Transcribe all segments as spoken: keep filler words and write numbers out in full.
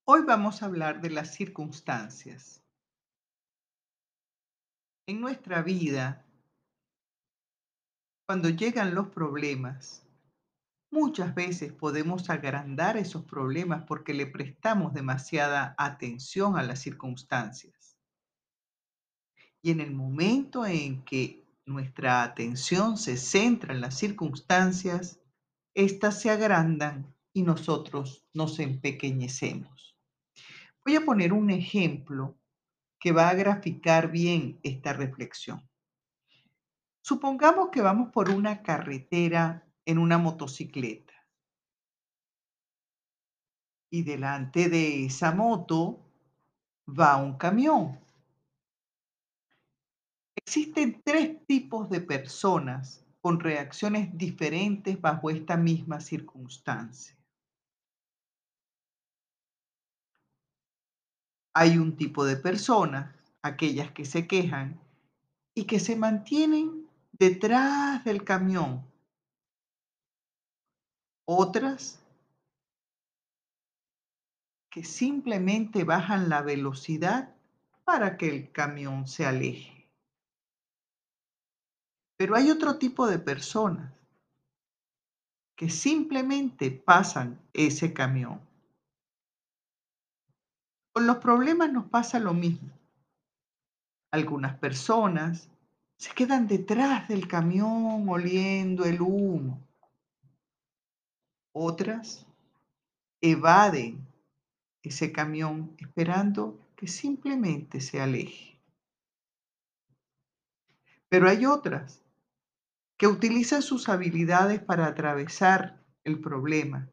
Hoy vamos a hablar de las circunstancias. En nuestra vida, cuando llegan los problemas, muchas veces podemos agrandar esos problemas porque le prestamos demasiada atención a las circunstancias. Y en el momento en que nuestra atención se centra en las circunstancias, éstas se agrandan y nosotros nos empequeñecemos. Voy a poner un ejemplo que va a graficar bien esta reflexión. Supongamos que vamos por una carretera en una motocicleta y delante de esa moto va un camión. Existen tres tipos de personas con reacciones diferentes bajo esta misma circunstancia. Hay un tipo de personas, aquellas que se quejan y que se mantienen detrás del camión. Otras que simplemente bajan la velocidad para que el camión se aleje. Pero hay otro tipo de personas que simplemente pasan ese camión. Con los problemas nos pasa lo mismo. Algunas personas se quedan detrás del camión oliendo el humo. Otras evaden ese camión esperando que simplemente se aleje. Pero hay otras que utilizan sus habilidades para atravesar el problema.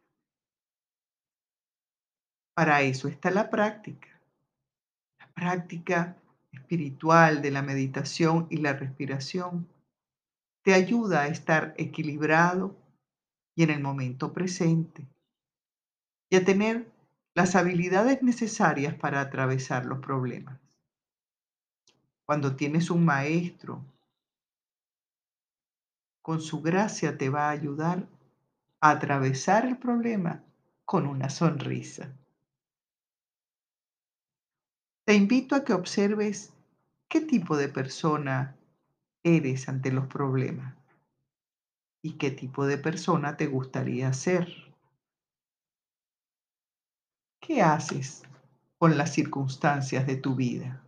Para eso está la práctica, la práctica espiritual de la meditación y la respiración. Te ayuda a estar equilibrado y en el momento presente y a tener las habilidades necesarias para atravesar los problemas. Cuando tienes un maestro, con su gracia te va a ayudar a atravesar el problema con una sonrisa. Te invito a que observes qué tipo de persona eres ante los problemas y qué tipo de persona te gustaría ser. ¿Qué haces con las circunstancias de tu vida?